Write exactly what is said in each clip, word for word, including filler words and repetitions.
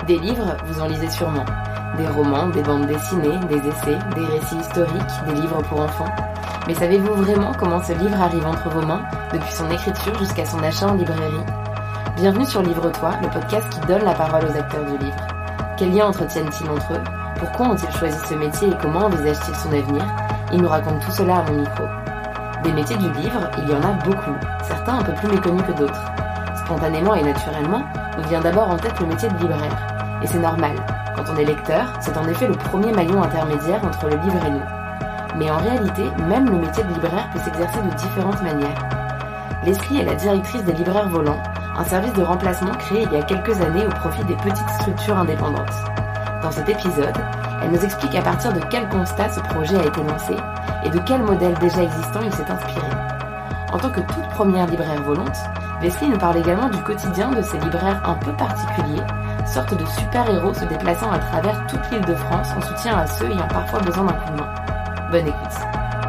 Des livres, vous en lisez sûrement. Des romans, des bandes dessinées, des essais, des récits historiques, des livres pour enfants. Mais savez-vous vraiment comment ce livre arrive entre vos mains, depuis son écriture jusqu'à son achat en librairie ? Bienvenue sur Livre-toi, le podcast qui donne la parole aux acteurs du livre. Quels liens entretiennent-ils entre eux ? Pourquoi ont-ils choisi ce métier et comment envisagent-ils son avenir ? Ils nous racontent tout cela à mon micro. Des métiers du livre, il y en a beaucoup, certains un peu plus méconnus que d'autres. Spontanément et naturellement, nous vient d'abord en tête le métier de libraire. Et c'est normal, quand on est lecteur, c'est en effet le premier maillon intermédiaire entre le livre et nous. Mais en réalité, même le métier de libraire peut s'exercer de différentes manières. Leslie est la directrice des libraires volants, un service de remplacement créé il y a quelques années au profit des petites structures indépendantes. Dans cet épisode, elle nous explique à partir de quel constat ce projet a été lancé et de quel modèle déjà existant il s'est inspiré. En tant que toute première libraire volante, Leslie nous parle également du quotidien de ces libraires un peu particuliers, sorte de super-héros se déplaçant à travers toute l'île de France en soutien à ceux ayant parfois besoin d'un coup de main. Bonne écoute.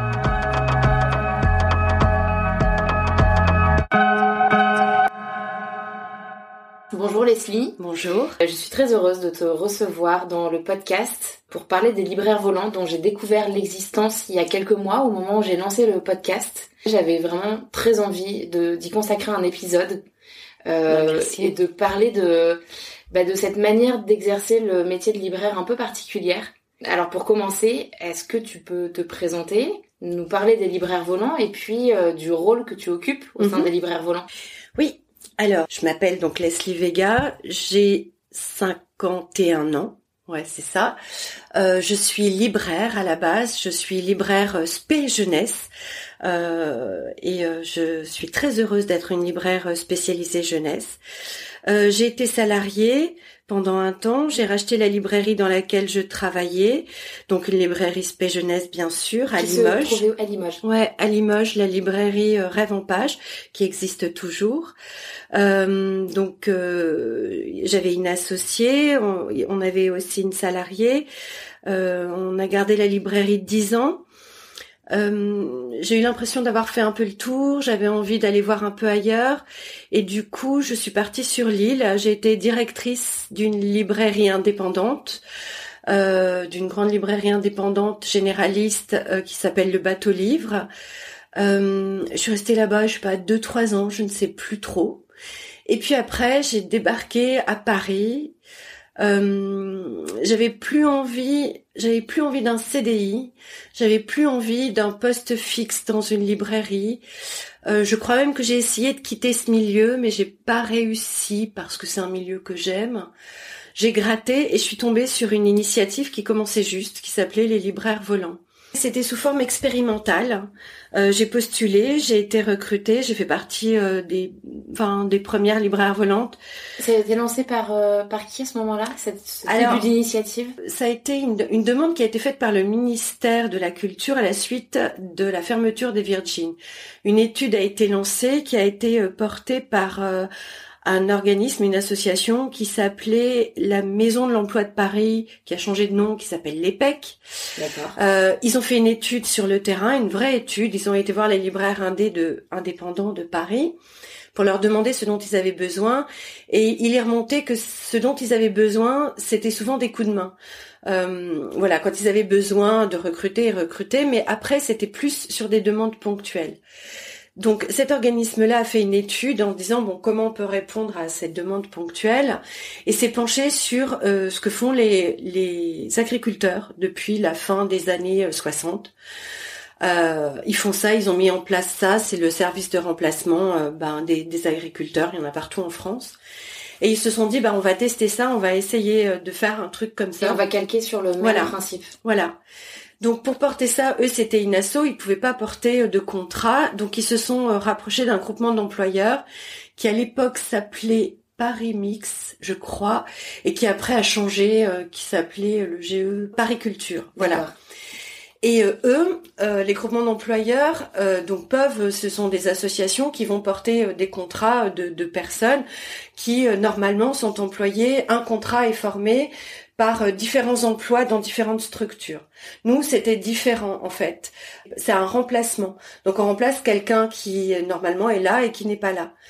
Bonjour Leslie. Bonjour. Je suis très heureuse de te recevoir dans le podcast pour parler des libraires volants dont j'ai découvert l'existence il y a quelques mois au moment où j'ai lancé le podcast. J'avais vraiment très envie de, d'y consacrer un épisode euh, et de parler de, bah, de cette manière d'exercer le métier de libraire un peu particulière. Alors pour commencer, est-ce que tu peux te présenter, nous parler des libraires volants et puis euh, du rôle que tu occupes au mm-hmm. sein des libraires volants ? Oui. Alors, je m'appelle donc Leslie Vega, j'ai cinquante et un ans, ouais c'est ça. Euh, je suis libraire à la base, je suis libraire spé jeunesse euh, et euh, je suis très heureuse d'être une libraire spécialisée jeunesse. Euh, j'ai été salariée pendant un temps, j'ai racheté la librairie dans laquelle je travaillais, donc une librairie spé jeunesse bien sûr, à qui Limoges. Se trouvait à Limoges. Ouais, à Limoges, la librairie euh, Rêve en Page, qui existe toujours. Euh, donc euh, j'avais une associée, on, on avait aussi une salariée. Euh, on a gardé la librairie dix ans. Euh, j'ai eu l'impression d'avoir fait un peu le tour, j'avais envie d'aller voir un peu ailleurs et du coup je suis partie sur l'île, j'ai été directrice d'une librairie indépendante, euh, d'une grande librairie indépendante généraliste euh, qui s'appelle Le Bateau Livre. Euh, je suis restée là-bas, je sais pas, deux trois ans, je ne sais plus trop. Et puis après j'ai débarqué à Paris. Euh, j'avais plus envie, j'avais plus envie d'un C D I, j'avais plus envie d'un poste fixe dans une librairie. Euh, je crois même que j'ai essayé de quitter ce milieu, mais j'ai pas réussi parce que c'est un milieu que j'aime. J'ai gratté et je suis tombée sur une initiative qui commençait juste, qui s'appelait les libraires volants. C'était sous forme expérimentale. Euh, j'ai postulé, j'ai été recrutée, j'ai fait partie euh, des, enfin des premières libraires volantes. Ça a été lancé par euh, par qui à ce moment-là, cette, ce Alors, début d'initiative ? Ça a été une, une demande qui a été faite par le ministère de la Culture à la suite de la fermeture des Virgin. Une étude a été lancée qui a été portée par euh, un organisme, une association qui s'appelait la Maison de l'Emploi de Paris, qui a changé de nom, qui s'appelle l'E P E C. D'accord. Euh, ils ont fait une étude sur le terrain, une vraie étude. Ils ont été voir les libraires indés de, indépendants de Paris pour leur demander ce dont ils avaient besoin. Et il est remonté que ce dont ils avaient besoin, c'était souvent des coups de main. Euh, voilà, quand ils avaient besoin de recruter, ils recrutaient, mais après, c'était plus sur des demandes ponctuelles. Donc cet organisme-là a fait une étude en disant bon comment on peut répondre à cette demande ponctuelle et s'est penché sur euh, ce que font les, les agriculteurs depuis la fin des années soixante. Euh, ils font ça, ils ont mis en place ça, c'est le service de remplacement euh, ben, des, des agriculteurs, il y en a partout en France. Et ils se sont dit, bah, on va tester ça, on va essayer de faire un truc comme ça. Et on va calquer sur le même voilà. principe. Voilà. Donc pour porter ça, eux c'était une asso, ils pouvaient pas porter de contrat, donc ils se sont rapprochés d'un groupement d'employeurs qui à l'époque s'appelait Paris Mix, je crois, et qui après a changé, euh, qui s'appelait le G E Paris Culture. Voilà. D'accord. Et euh, eux, euh, les groupements d'employeurs, euh, donc peuvent, ce sont des associations qui vont porter euh, des contrats de, de personnes qui euh, normalement sont employées. Un contrat est formé par euh, différents emplois dans différentes structures. Nous, c'était différent en fait. C'est un remplacement. Donc on remplace quelqu'un qui normalement est là et qui n'est pas là.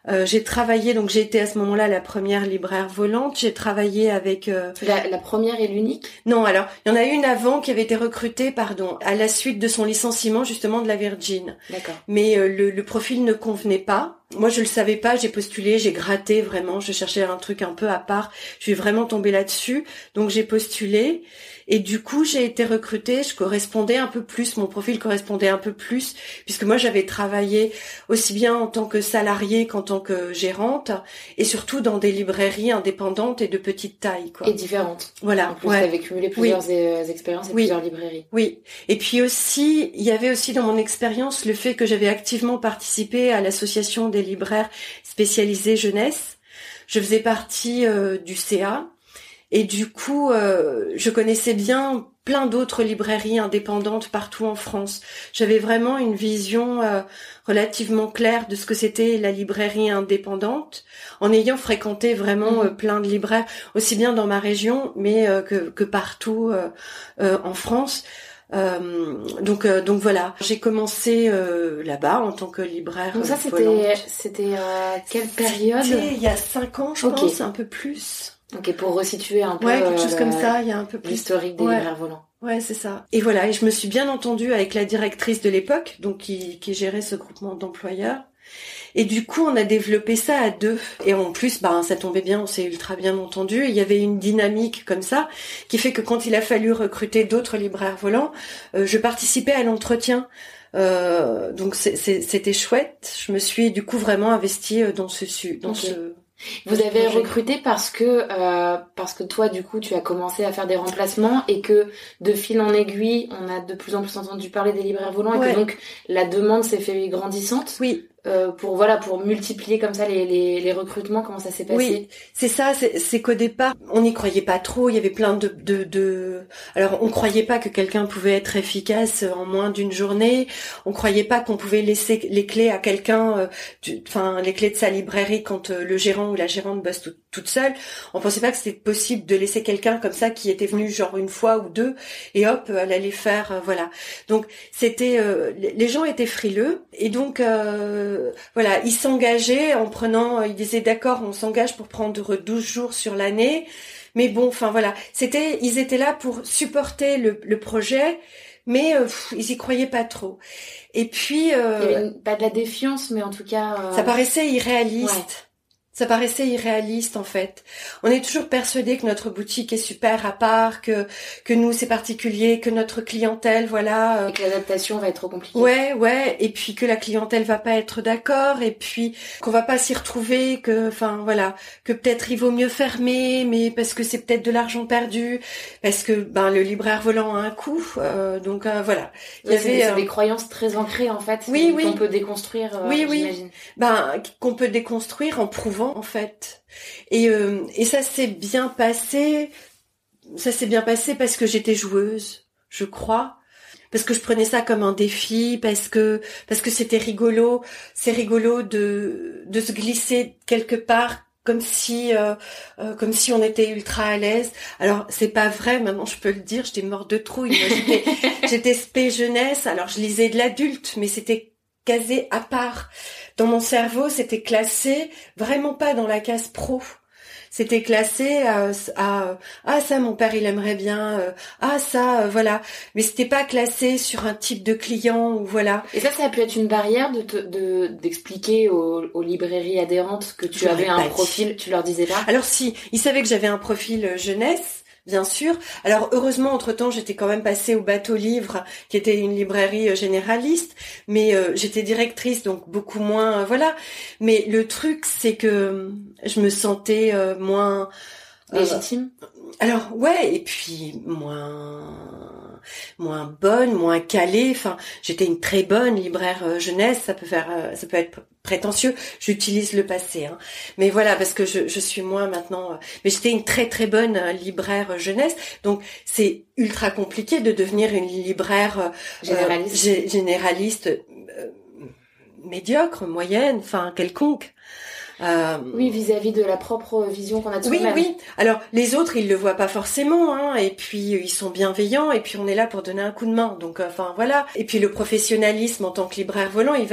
Euh, j'ai travaillé, donc j'ai été à ce moment-là la première libraire volante. J'ai travaillé avec... Euh... La, la première et l'unique ? Non, alors, il y en a une avant qui avait été recrutée, pardon, à la suite de son licenciement justement de la Virgin. D'accord. Mais euh, le, le profil ne convenait pas. Moi, je le savais pas, j'ai postulé, j'ai gratté vraiment, je cherchais un truc un peu à part. Je suis vraiment tombée là-dessus, donc j'ai postulé. Et du coup, j'ai été recrutée, je correspondais un peu plus, mon profil correspondait un peu plus, puisque moi, j'avais travaillé aussi bien en tant que salariée qu'en tant que gérante, et surtout dans des librairies indépendantes et de petite taille, quoi. Et différentes. Voilà. En plus, ouais. t'avais cumulé plusieurs oui. expériences et oui. plusieurs librairies. Oui. Et puis aussi, il y avait aussi dans mon expérience le fait que j'avais activement participé à l'association des libraires spécialisés jeunesse. Je faisais partie euh, du C A. Et du coup, euh, je connaissais bien plein d'autres librairies indépendantes partout en France. J'avais vraiment une vision euh, relativement claire de ce que c'était la librairie indépendante, en ayant fréquenté vraiment euh, plein de libraires, aussi bien dans ma région, mais euh, que, que partout euh, euh, en France. Euh, donc euh, donc voilà, j'ai commencé euh, là-bas en tant que libraire. Donc ça euh, c'était volante. c'était euh, quelle période ? C'était il y a cinq ans, je okay. pense, un peu plus. Ok, pour resituer un peu ouais, quelque chose euh, comme ça, il y a un peu plus l'historique des ouais. libraires volants. Ouais, c'est ça. Et voilà, et je me suis bien entendue avec la directrice de l'époque, donc qui, qui gérait ce groupement d'employeurs. Et du coup, on a développé ça à deux. Et en plus, ben, ça tombait bien, on s'est ultra bien entendu. Il y avait une dynamique comme ça, qui fait que quand il a fallu recruter d'autres libraires volants, euh, je participais à l'entretien. Euh, donc c'est, c'est, c'était chouette. Je me suis du coup vraiment investie dans ce su, dans okay. ce. Vous avez projet. recruté parce que euh, parce que toi du coup tu as commencé à faire des remplacements et que de fil en aiguille on a de plus en plus entendu parler des libraires volants ouais. et que donc la demande s'est fait grandissante. Oui. Euh, pour voilà pour multiplier comme ça les les, les recrutements, comment ça s'est passé? Oui, c'est ça, c'est, c'est qu'au départ on n'y croyait pas trop, il y avait plein de de de alors on croyait pas que quelqu'un pouvait être efficace en moins d'une journée, on croyait pas qu'on pouvait laisser les clés à quelqu'un enfin euh, les clés de sa librairie quand euh, le gérant ou la gérante bosse tout, toute seule. On pensait pas que c'était possible de laisser quelqu'un comme ça qui était venu genre une fois ou deux et hop, elle allait faire euh, voilà. Donc c'était euh, les gens étaient frileux et donc euh, voilà, ils s'engageaient en prenant, ils disaient d'accord, on s'engage pour prendre douze jours sur l'année, mais bon, enfin voilà, c'était, ils étaient là pour supporter le, le projet, mais euh, pff, ils y croyaient pas trop. Et puis, euh, il y avait une, pas de la défiance, mais en tout cas, euh... ça paraissait irréaliste. Ouais. Ça paraissait irréaliste en fait. On est toujours persuadé que notre boutique est super à part, que que nous c'est particulier, que notre clientèle voilà. Et que l'adaptation va être trop compliquée. Ouais, ouais. Et puis que la clientèle va pas être d'accord, et puis qu'on va pas s'y retrouver, que, enfin voilà, que peut-être il vaut mieux fermer, mais parce que c'est peut-être de l'argent perdu, parce que ben le libraire volant a un coût, euh, donc euh, voilà. Il y avait c'est, c'est euh... des croyances très ancrées en fait. Oui, oui. Qu'on peut déconstruire. Euh, oui, j'imagine. oui. Ben qu'on peut déconstruire en prouvant. En fait, et euh, et ça s'est bien passé. Ça s'est bien passé parce que j'étais joueuse, je crois, parce que je prenais ça comme un défi, parce que parce que c'était rigolo. C'est rigolo de de se glisser quelque part comme si euh, euh, comme si on était ultra à l'aise. Alors c'est pas vrai, maintenant je peux le dire. J'étais morte de trouille. Moi, j'étais j'étais spé jeunesse. Alors je lisais de l'adulte, mais c'était casé à part. Dans mon cerveau, c'était classé vraiment pas dans la case pro. C'était classé à, à ah ça mon père il aimerait bien, euh, ah ça euh, voilà. Mais c'était pas classé sur un type de client ou voilà. Et ça, ça a pu être une barrière de te, de d'expliquer aux, aux librairies adhérentes que tu Je avais un dit. profil. Tu leur disais pas? Alors si, ils savaient que j'avais un profil jeunesse. Bien sûr. Alors heureusement, entre-temps, j'étais quand même passée au Bateau Livre, qui était une librairie généraliste, mais euh, j'étais directrice, donc beaucoup moins, euh, voilà. Mais le truc, c'est que je me sentais euh, moins euh, légitime. Alors ouais, et puis moins moins bonne, moins calée. Enfin, j'étais une très bonne libraire euh, jeunesse. Ça peut faire, euh, ça peut être prétentieux. J'utilise le passé, hein. Mais voilà, parce que je, je suis moins maintenant. Euh, mais j'étais une très très bonne euh, libraire jeunesse. Donc c'est ultra compliqué de devenir une libraire euh, généraliste, g- généraliste euh, médiocre, moyenne, enfin quelconque. Euh... Oui, vis-à-vis de la propre vision qu'on a de soi-même. Oui, oui. Alors, les autres, ils le voient pas forcément, hein. Et puis, ils sont bienveillants. Et puis, on est là pour donner un coup de main. Donc, enfin, voilà. Et puis, le professionnalisme en tant que libraire volant, il va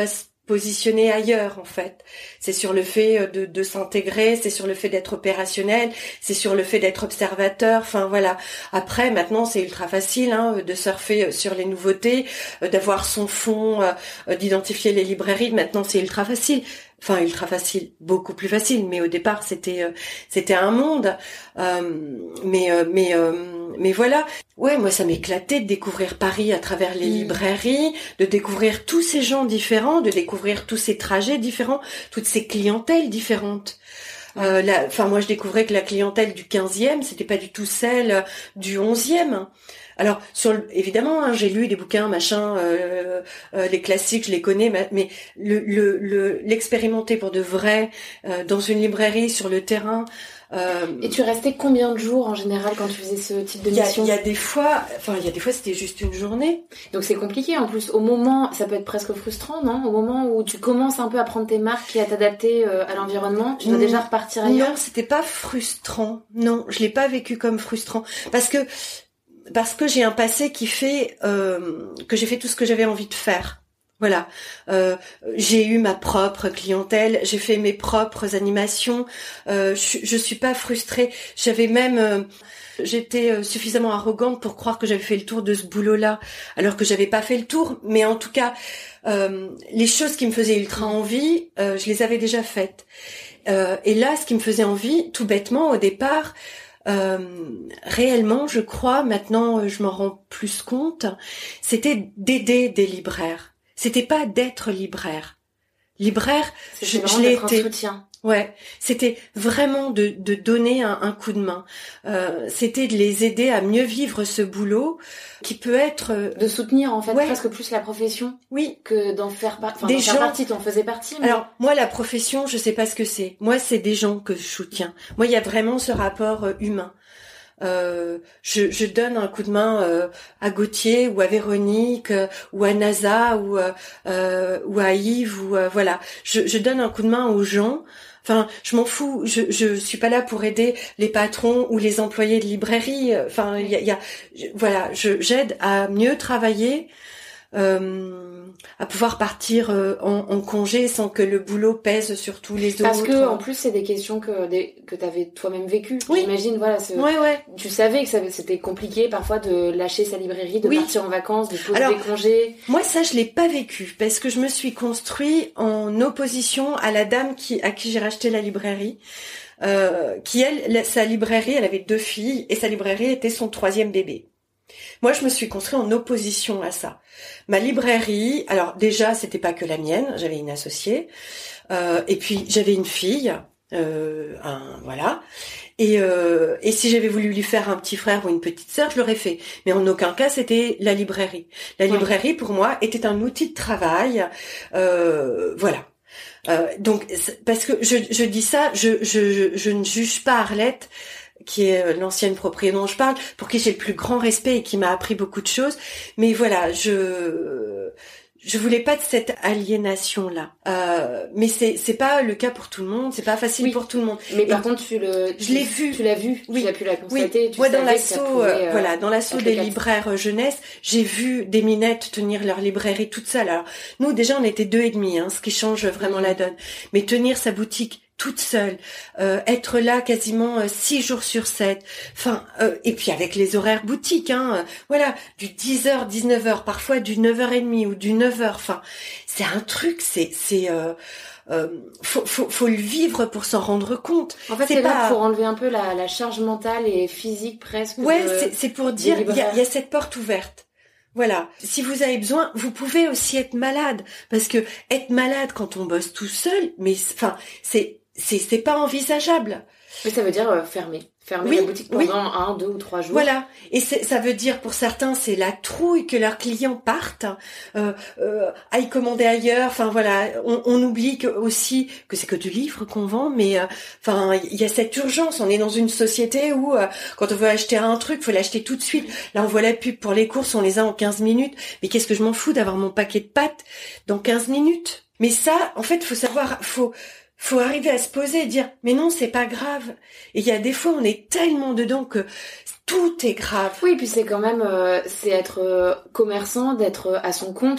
positionner ailleurs en fait. C'est sur le fait de, de s'intégrer, c'est sur le fait d'être opérationnel, c'est sur le fait d'être observateur. Enfin voilà. Après maintenant c'est ultra facile hein, de surfer sur les nouveautés, d'avoir son fond, euh, d'identifier les librairies. Maintenant c'est ultra facile. Enfin ultra facile, beaucoup plus facile. Mais au départ c'était euh, c'était un monde. Euh, mais euh, mais euh, mais voilà. Ouais, moi ça m'éclatait de découvrir Paris à travers les mmh. librairies, de découvrir tous ces gens différents, de découvrir tous ces trajets différents, toutes ces clientèles différentes. Euh, la, enfin moi je découvrais que la clientèle du quinzième, c'était pas du tout celle du onzième. Alors sur le, évidemment hein, j'ai lu des bouquins machin, euh, euh, les classiques je les connais, mais le, le, le l'expérimenter pour de vrai euh, dans une librairie sur le terrain. Euh, Et tu restais combien de jours en général quand tu faisais ce type de mission ? Il y a des fois, enfin il y a des fois c'était juste une journée. Donc c'est compliqué en plus. Au moment, ça peut être presque frustrant, non ? Au moment où tu commences un peu à prendre tes marques et à t'adapter euh, à l'environnement, tu dois déjà repartir ailleurs. Non, c'était pas frustrant. Non, je l'ai pas vécu comme frustrant parce que parce que j'ai un passé qui fait euh, que j'ai fait tout ce que j'avais envie de faire. Voilà, euh, j'ai eu ma propre clientèle, j'ai fait mes propres animations, euh, je, je suis pas frustrée. J'avais même, euh, j'étais suffisamment arrogante pour croire que j'avais fait le tour de ce boulot-là, alors que j'avais pas fait le tour. Mais en tout cas, euh, les choses qui me faisaient ultra envie, euh, je les avais déjà faites. Euh, et là, ce qui me faisait envie, tout bêtement, au départ. Euh, réellement, je crois, maintenant, je m'en rends plus compte, c'était d'aider des libraires. C'était pas d'être libraire. Libraire, je, je l'ai été. Soutien. Ouais, c'était vraiment de, de donner un, un coup de main. Euh, c'était de les aider à mieux vivre ce boulot, qui peut être euh, de soutenir en fait ouais. presque plus la profession. Oui, que d'en faire, par... enfin, des d'en gens... faire partie. T'en faisais partie. Mais... Alors moi, la profession, je sais pas ce que c'est. Moi, c'est des gens que je soutiens. Moi, il y a vraiment ce rapport euh, humain. Euh, je, je donne un coup de main euh, à Gauthier ou à Véronique euh, ou à Nasa ou euh, ou à Yves ou euh, voilà. Je, je donne un coup de main aux gens. Enfin, je m'en fous. Je je suis pas là pour aider les patrons ou les employés de librairie. Enfin, il y a, y a je, voilà. Je j'aide à mieux travailler. Euh, à pouvoir partir euh, en, en congé sans que le boulot pèse sur tous les autres. Parce que en plus c'est des questions que des, que t'avais toi-même vécues. Oui. J'imagine voilà. Ce, ouais, ouais. Tu savais que ça, c'était compliqué parfois de lâcher sa librairie, de oui. partir en vacances, de poser Alors, des congés. Moi ça je l'ai pas vécu parce que je me suis construit en opposition à la dame qui à qui j'ai racheté la librairie. Euh, qui elle, la, sa librairie, elle avait deux filles et sa librairie était son troisième bébé. Moi, je me suis construite en opposition à ça. Ma librairie, alors déjà, c'était pas que la mienne, j'avais une associée, euh, et puis j'avais une fille, euh, un, voilà. Et, euh, et si j'avais voulu lui faire un petit frère ou une petite sœur, je l'aurais fait. Mais en aucun cas, c'était la librairie. La librairie, oui. Pour moi, était un outil de travail, euh, voilà. Euh, donc, parce que je, je dis ça, je, je, je, je ne juge pas Arlette, qui est l'ancienne propriétaire dont je parle, pour qui j'ai le plus grand respect et qui m'a appris beaucoup de choses. Mais voilà, je je voulais pas de cette aliénation là. Euh, mais c'est c'est pas le cas pour tout le monde, c'est pas facile oui. pour tout le monde. Mais par et contre, tu le je l'ai vu, tu l'as vu, oui. tu as pu la constater. Oui. Tu Moi dans l'assaut, euh, voilà, dans l'assaut des libraires jeunesse, j'ai vu des minettes tenir leur librairie toute seule. Alors nous déjà on était deux et demi, hein, ce qui change vraiment mmh. la donne. Mais tenir sa boutique toute seule, euh, être là quasiment euh, six jours sur sept, enfin, euh, et puis avec les horaires boutiques, hein, euh, voilà, du dix heures, dix-neuf heures, parfois du neuf heures trente ou du neuf heures, enfin, c'est un truc, c'est, c'est, euh, euh, faut, faut, faut le vivre pour s'en rendre compte. En fait, c'est, c'est pas... là pour enlever un peu la, la charge mentale et physique presque. Ouais, de... c'est, c'est pour dire, il y a, y a cette porte ouverte. Voilà. Si vous avez besoin, vous pouvez aussi être malade, parce que être malade quand on bosse tout seul, mais, enfin, c'est, C'est, c'est pas envisageable. Mais ça veut dire euh, fermer. Fermer oui, la boutique pendant oui. un, deux ou trois jours. Voilà. Et c'est, ça veut dire, pour certains, c'est la trouille que leurs clients partent, euh, euh, aillent commander ailleurs. Enfin, voilà. On, on oublie que, aussi que c'est que du livre qu'on vend, mais, euh, enfin, il y a cette urgence. On est dans une société où, euh, quand on veut acheter un truc, faut l'acheter tout de suite. Là, on voit la pub pour les courses, on les a en quinze minutes. Mais qu'est-ce que je m'en fous d'avoir mon paquet de pâtes dans quinze minutes? Mais ça, en fait, faut savoir, faut, faut arriver à se poser et dire mais non, c'est pas grave. Et il y a des fois on est tellement dedans que tout est grave. Oui, puis c'est quand même euh, c'est être euh, commerçant, d'être à son compte,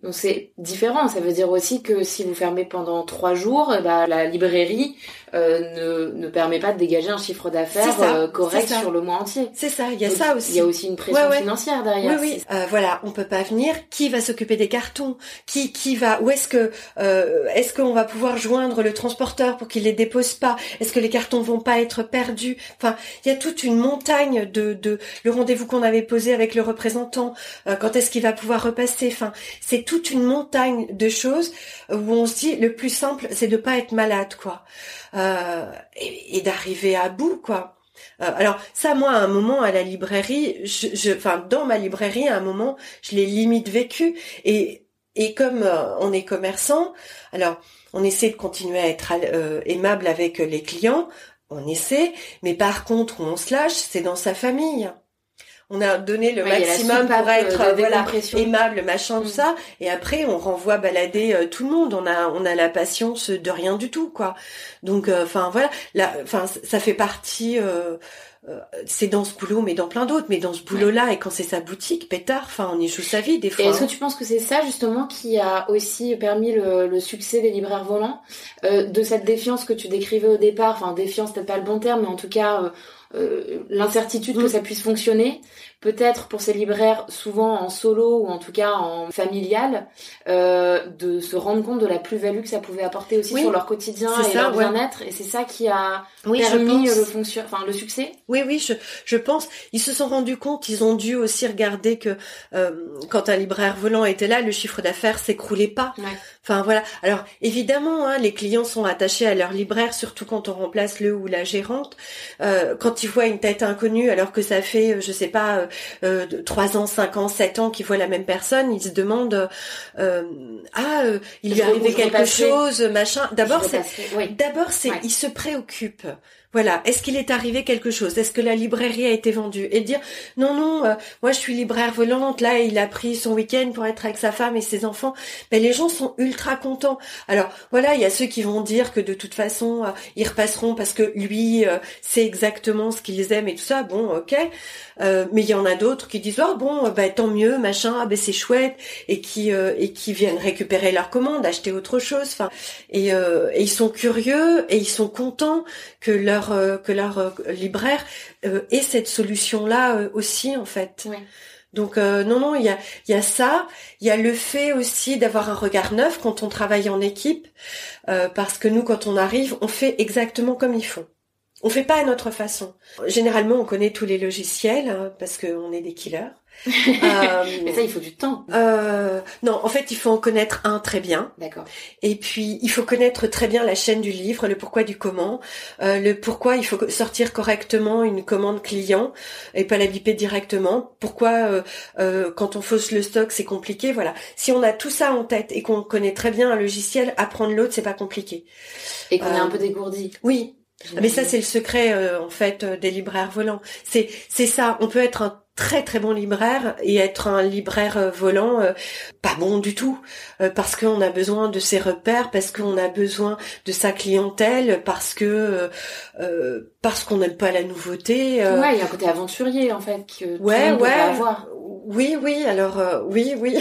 Donc c'est différent. Ça veut dire aussi que si vous fermez pendant trois jours, eh ben, la librairie euh, ne, ne permet pas de dégager un chiffre d'affaires euh, correct sur le mois entier. C'est ça, il y a Donc, ça aussi. Il y a aussi une pression ouais, ouais. financière derrière. Oui, oui. Euh, voilà, on peut pas venir. Qui va s'occuper des cartons ? Qui, qui va ? Où est-ce que, euh, est-ce qu'on va pouvoir joindre le transporteur pour qu'il les dépose pas ? Est-ce que les cartons vont pas être perdus ? Enfin, il y a toute une montagne de, de le rendez-vous qu'on avait posé avec le représentant. Euh, quand est-ce qu'il va pouvoir repasser ? Enfin, c'est toute une montagne de choses où on se dit le plus simple, c'est de pas être malade, quoi, euh, et, et d'arriver à bout, quoi. Euh, alors ça, moi, à un moment à la librairie, je, je, enfin dans ma librairie, à un moment, je l'ai limite vécu. Et et comme euh, on est commerçant, alors on essaie de continuer à être euh, aimable avec les clients, on essaie. Mais par contre, où on se lâche, c'est dans sa famille. On a donné le ouais, maximum pour être euh, voilà, aimable, machin, mmh. tout ça. Et après, on renvoie balader euh, tout le monde. On a, on a la patience de rien du tout, quoi. Donc, enfin, euh, voilà. Enfin, ça fait partie. Euh, euh, c'est dans ce boulot, mais dans plein d'autres. Mais dans ce boulot-là, ouais. Et quand c'est sa boutique, pétard. Enfin, on y joue sa vie des fois. Et est-ce que tu penses que c'est ça justement qui a aussi permis le, le succès des libraires volants, euh, de cette défiance que tu décrivais au départ. Enfin, défiance, peut-être pas le bon terme, mais en tout cas. Euh, Euh, l'incertitude mmh. que ça puisse fonctionner, peut-être pour ces libraires souvent en solo ou en tout cas en familial, euh, de se rendre compte de la plus-value que ça pouvait apporter aussi oui. sur leur quotidien c'est et ça, leur ouais. bien-être, et c'est ça qui a oui, permis le fonction, enfin le succès. Oui, oui, je, je pense. Ils se sont rendus compte, ils ont dû aussi regarder que euh, quand un libraire volant était là, le chiffre d'affaires s'écroulait pas. Ouais. Enfin voilà. Alors évidemment, hein, les clients sont attachés à leur libraire, surtout quand on remplace le ou la gérante. Euh, quand ils voient une tête inconnue, alors que ça fait, je sais pas, euh, trois ans, cinq ans, sept ans qu'ils voient la même personne, ils se demandent euh, ah, euh, il lui est arrivé quelque chose, machin. D'abord, c'est, oui. d'abord, c'est, ouais. ils se préoccupent. Voilà, est-ce qu'il est arrivé quelque chose ? Est-ce que la librairie a été vendue ? Et dire non, non, euh, moi je suis libraire volante, là il a pris son week-end pour être avec sa femme et ses enfants. Ben les gens sont ultra contents. Alors voilà, il y a ceux qui vont dire que de toute façon euh, ils repasseront parce que lui euh, c'est exactement ce qu'ils aiment et tout ça. Bon, ok. Euh, mais il y en a d'autres qui disent oh bon, ben tant mieux, machin, ah, ben c'est chouette, et qui euh, et qui viennent récupérer leur commande, acheter autre chose. Enfin, et, euh, et ils sont curieux et ils sont contents que leur Euh, que leur euh, libraire euh, ait cette solution-là euh, aussi, en fait. Ouais. Donc euh, non, non, il y a, il y a ça. Il y a le fait aussi d'avoir un regard neuf quand on travaille en équipe, euh, parce que nous, quand on arrive, on fait exactement comme il faut. On fait pas à notre façon. Généralement, on connaît tous les logiciels, hein, parce qu'on est des killers. euh, Mais ça, il faut du temps. Euh, non, en fait, il faut en connaître un très bien. D'accord. Et puis, il faut connaître très bien la chaîne du livre, le pourquoi du comment, euh, le pourquoi il faut sortir correctement une commande client et pas la biper directement. Pourquoi, euh, euh, quand on fausse le stock, c'est compliqué. Voilà. Si on a tout ça en tête et qu'on connaît très bien un logiciel, apprendre l'autre, c'est pas compliqué. Et qu'on euh, est un peu dégourdi. Oui. Mais ça, c'est le secret, euh, en fait, euh, des libraires volants. C'est, c'est ça. On peut être un très très bon libraire et être un libraire euh, volant euh, pas bon du tout, euh, parce qu'on a besoin de ses repères, parce qu'on a besoin de sa clientèle, parce que euh, euh, parce qu'on n'aime pas la nouveauté. Euh... Ouais, il y a un côté aventurier en fait que tout ouais, le monde ouais. peut avoir. Oui, oui. Alors euh, oui, oui.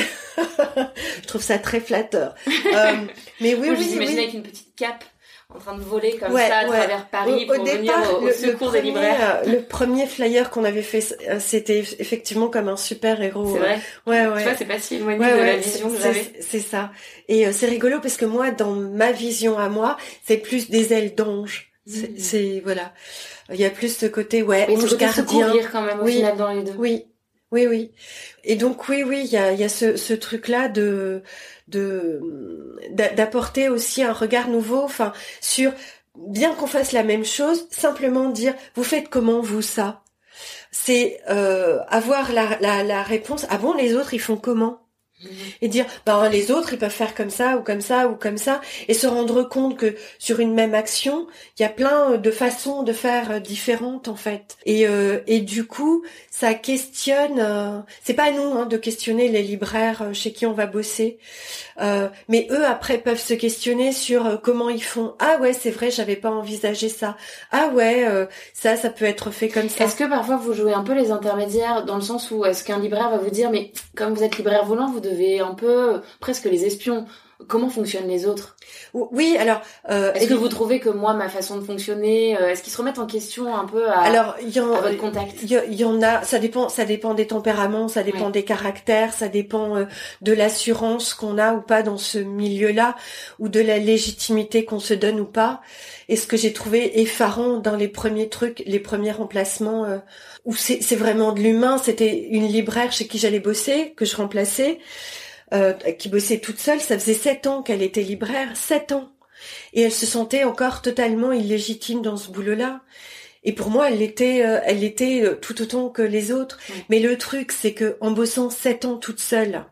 Je trouve ça très flatteur. euh, mais oui, Moi, oui, je vous oui. avec une petite cape en train de voler comme ouais, ça à ouais. travers Paris au, au pour départ, venir au, au le, secours le premier, des libraires. Le premier flyer qu'on avait fait, c'était effectivement comme un super héros. C'est vrai. Ouais, ouais. Tu vois, c'est pas si éloigné ouais, de ouais, la vision que j'avais. C'est ça. Et euh, c'est rigolo parce que moi, dans ma vision à moi, c'est plus des ailes d'ange. C'est, mmh. c'est voilà. Il y a plus ce côté, ouais, mais ange gardien. Secourir quand même au oui, final dans les deux. Oui. Oui, oui. Et donc oui, oui, il y a, il y a ce, ce truc-là de, de, d'apporter aussi un regard nouveau, enfin, sur, bien qu'on fasse la même chose, simplement dire, vous faites comment vous ça? C'est euh, avoir la, la, la réponse, ah bon, les autres ils font comment? Et dire, ben les autres ils peuvent faire comme ça ou comme ça ou comme ça, et se rendre compte que sur une même action il y a plein de façons de faire différentes en fait, et euh, et du coup ça questionne, euh, c'est pas à nous hein, de questionner les libraires chez qui on va bosser, euh, mais eux après peuvent se questionner sur euh, comment ils font. Ah ouais, c'est vrai, j'avais pas envisagé ça. Ah ouais, euh, ça ça peut être fait comme ça. Est-ce que parfois vous jouez un peu les intermédiaires, dans le sens où est-ce qu'un libraire va vous dire, mais comme vous êtes libraire volant, vous devez un peu, presque les espions. Comment fonctionnent les autres ? Oui, alors... Euh, est-ce que vous trouvez que moi, ma façon de fonctionner, euh, est-ce qu'ils se remettent en question un peu à, alors, y en, à votre contact ? Il y, y en a, ça dépend, ça dépend des tempéraments, ça dépend ouais. des caractères, ça dépend euh, de l'assurance qu'on a ou pas dans ce milieu-là, ou de la légitimité qu'on se donne ou pas. Et ce que j'ai trouvé effarant dans les premiers trucs, les premiers remplacements, euh, où c'est, c'est vraiment de l'humain, c'était une libraire chez qui j'allais bosser, que je remplaçais, Euh, qui bossait toute seule, ça faisait sept ans qu'elle était libraire, sept ans. Et elle se sentait encore totalement illégitime dans ce boulot-là. Et pour moi, elle était, euh, elle était euh, tout autant que les autres. Mmh. Mais le truc, c'est que en bossant sept ans toute seule,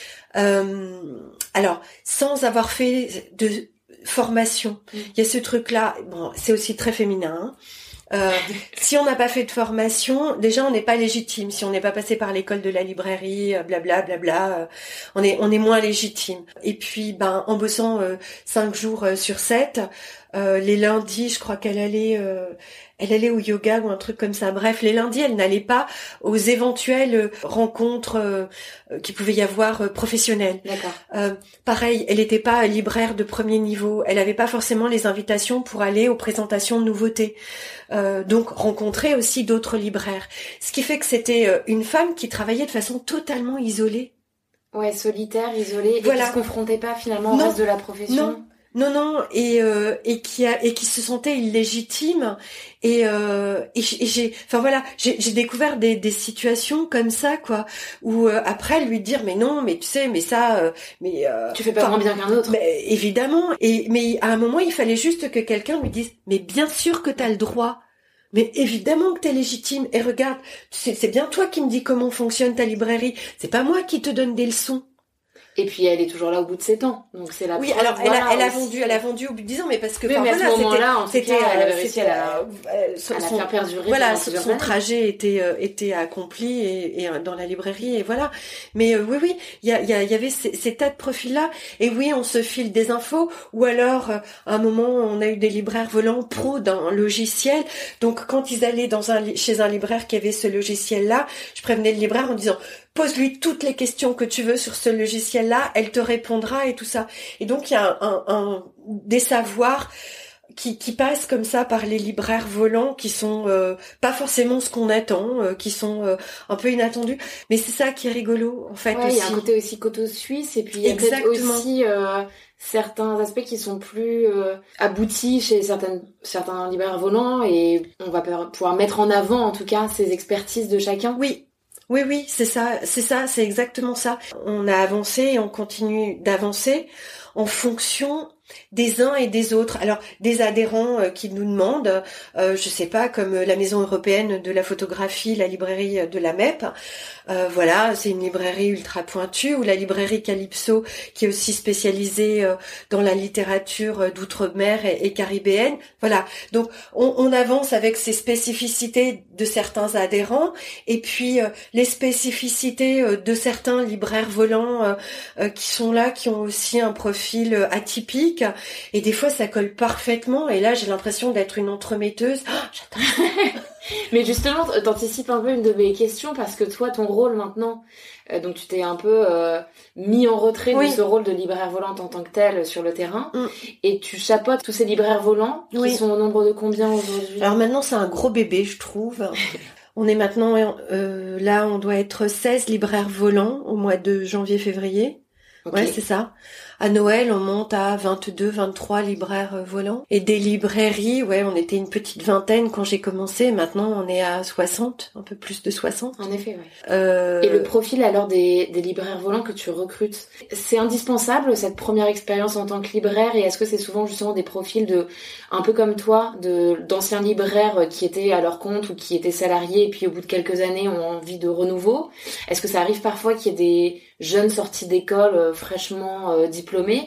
euh, alors sans avoir fait de formation, il mmh. y a ce truc-là. Bon, c'est aussi très féminin. Hein. Euh, si on n'a pas fait de formation, déjà on n'est pas légitime. Si on n'est pas passé par l'école de la librairie, blabla, blabla, euh, on est on est moins légitime. Et puis, ben, en bossant euh, cinq jours euh, sur sept, euh, les lundis, je crois qu'elle allait, euh, elle allait au yoga ou un truc comme ça. Bref, les lundis, elle n'allait pas aux éventuelles rencontres euh, qu'il pouvait y avoir euh, professionnelles. D'accord. Euh, pareil, elle n'était pas libraire de premier niveau. Elle n'avait pas forcément les invitations pour aller aux présentations de nouveautés. Euh, donc rencontrer aussi d'autres libraires. Ce qui fait que c'était euh, une femme qui travaillait de façon totalement isolée. Ouais, solitaire, isolée, voilà. Et qui se confrontait pas finalement non, au reste de la profession. Non. Non, non, et euh, et qui a et qui se sentait illégitime et euh, et j'ai, enfin voilà, j'ai, j'ai découvert des des situations comme ça quoi, où euh, après lui dire mais non, mais tu sais, mais ça, euh, mais euh, tu fais pas moins bien qu'un autre. Mais évidemment, et mais à un moment il fallait juste que quelqu'un lui dise mais bien sûr que t'as le droit. Mais évidemment que t'es légitime. Et regarde, c'est, c'est bien toi qui me dis comment fonctionne ta librairie. C'est pas moi qui te donne des leçons. Et puis elle est toujours là au bout de sept ans, donc c'est la. Oui, preuve, alors elle voilà, a, elle a aussi. vendu, elle a vendu au bout de dix ans, mais parce que oui, enfin, mais à voilà, ce moment-là, en c'était, tout cas, elle avait euh, réussi à la, euh, son, à la son, faire perdurer. Voilà, son, son trajet était euh, était accompli et, et dans la librairie et voilà. Mais euh, oui, oui, il y a, y, a, y avait ces, ces tas de profils-là et oui, on se file des infos ou alors euh, à un moment on a eu des libraires volants pro d'un logiciel. Donc quand ils allaient dans un chez un libraire qui avait ce logiciel-là, je prévenais le libraire en disant pose-lui toutes les questions que tu veux sur ce logiciel-là, elle te répondra et tout ça. Et donc il y a un, un, un des savoirs qui, qui passent comme ça par les libraires volants qui sont euh, pas forcément ce qu'on attend, euh, qui sont euh, un peu inattendus. Mais c'est ça qui est rigolo en fait. Ouais, aussi. Il y a un côté aussi couteau suisse et puis il y a peut-être aussi euh, certains aspects qui sont plus euh, aboutis chez certaines, certains libraires volants et on va pouvoir mettre en avant en tout cas ces expertises de chacun. Oui. Oui, oui, c'est ça, c'est ça, c'est exactement ça. On a avancé et on continue d'avancer en fonction des uns et des autres. Alors, des adhérents euh, qui nous demandent, euh, je sais pas, comme la Maison européenne de la photographie, la librairie de la M E P, euh, voilà, c'est une librairie ultra pointue, ou la librairie Calypso, qui est aussi spécialisée euh, dans la littérature d'outre-mer et, et caribéenne. Voilà, donc on, on avance avec ces spécificités de certains adhérents, et puis euh, les spécificités euh, de certains libraires volants euh, euh, qui sont là, qui ont aussi un profil euh, atypique. Et des fois ça colle parfaitement et là j'ai l'impression d'être une entremetteuse. Oh, j'adore. Mais justement t'anticipes un peu une de mes questions parce que toi ton rôle maintenant euh, donc tu t'es un peu euh, mis en retrait oui. de ce rôle de libraire volante en tant que tel sur le terrain mm. et tu chapeautes tous ces libraires volants qui oui. sont au nombre de combien aujourd'hui? Alors maintenant c'est un gros bébé je trouve. On est maintenant euh, là on doit être seize libraires volants au mois de janvier-février. Okay. Ouais, c'est ça. À Noël, on monte à vingt-deux, vingt-trois libraires volants. Et des librairies, ouais, on était une petite vingtaine quand j'ai commencé. Maintenant, on est à soixante, un peu plus de soixante. En effet, ouais. Euh... Et le profil alors des, des libraires volants que tu recrutes, c'est indispensable cette première expérience en tant que libraire et est-ce que c'est souvent justement des profils de, un peu comme toi, de d'anciens libraires qui étaient à leur compte ou qui étaient salariés et puis au bout de quelques années ont envie de renouveau? Est-ce que ça arrive parfois qu'il y ait des jeunes sortis d'école euh, fraîchement euh, diplômés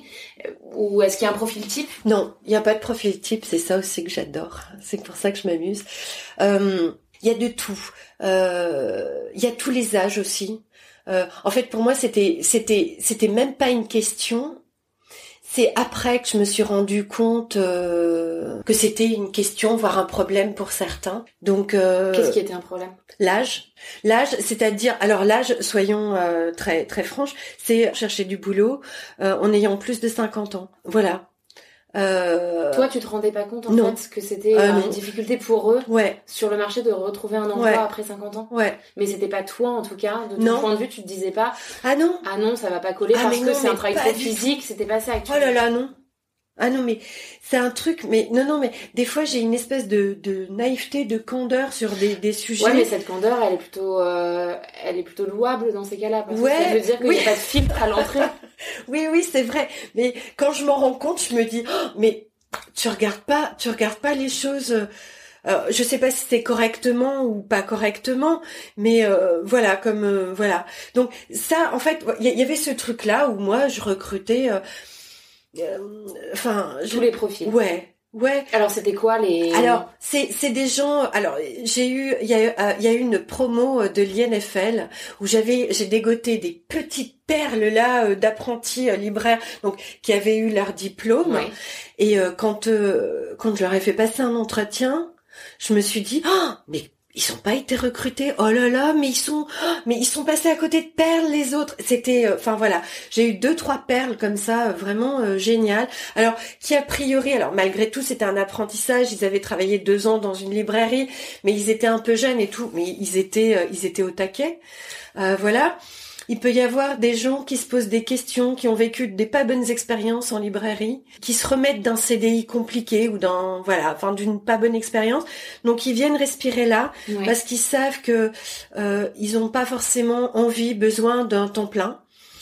ou est-ce qu'il y a un profil type? Non, il n'y a pas de profil type, c'est ça aussi que j'adore. C'est pour ça que je m'amuse. Euh, il y a de tout. Euh, il y a tous les âges aussi. Euh, en fait, pour moi, c'était c'était c'était même pas une question. c'est après que je me suis rendu compte euh, que c'était une question, voire un problème pour certains. Donc, euh, qu'est-ce qui était un problème? L'âge. L'âge, c'est-à-dire, alors l'âge, soyons euh, très très franches, c'est chercher du boulot euh, en ayant plus de cinquante ans. Voilà. Euh... Toi, tu te rendais pas compte en non. fait que c'était euh, euh, une difficulté pour eux ouais. sur le marché de retrouver un emploi ouais. après cinquante ans? Ouais. Mais c'était pas toi en tout cas, de ton non. point de vue, tu te disais pas ah non, ah non, ça va pas coller ah parce que non, c'est un travail trop physique, tout. C'était pas ça que tu Oh là là, non. Ah non, mais c'est un truc, mais non, non, mais des fois j'ai une espèce de, de naïveté, de candeur sur des, des sujets. Ouais, mais cette candeur, elle est plutôt, euh, elle est plutôt louable dans ces cas-là, parce ouais, que ça veut dire qu'il oui. n'y a pas de filtre à l'entrée. oui, oui, c'est vrai. Mais quand je m'en rends compte, je me dis, oh, mais tu regardes pas, tu regardes pas les choses. Euh, je sais pas si c'est correctement ou pas correctement, mais euh, voilà, comme euh, voilà. Donc ça, en fait, il y, y avait ce truc-là où moi, je recrutais. Euh, Enfin, euh, tous je... les profils. Ouais, ouais. Alors c'était quoi les Alors c'est c'est des gens. Alors j'ai eu il y a il y a eu une promo de l'I N F L où j'avais j'ai dégoté des petites perles là d'apprentis libraires donc qui avaient eu leur diplôme ouais. et euh, quand euh, quand je leur ai fait passer un entretien, je me suis dit oh, mais ils ont pas été recrutés. Oh là là, mais ils sont, mais ils sont passés à côté de perles les autres. C'était, enfin euh, voilà, j'ai eu deux trois perles comme ça, euh, vraiment euh, géniales. Alors qui a priori, alors malgré tout, c'était un apprentissage. Ils avaient travaillé deux ans dans une librairie, mais ils étaient un peu jeunes et tout, mais ils étaient, euh, ils étaient au taquet. Euh, voilà. Il peut y avoir des gens qui se posent des questions, qui ont vécu des pas bonnes expériences en librairie, qui se remettent d'un C D I compliqué ou d'un voilà, enfin d'une pas bonne expérience. Donc ils viennent respirer là ouais. parce qu'ils savent que euh, ils ont pas forcément envie, besoin d'un temps plein.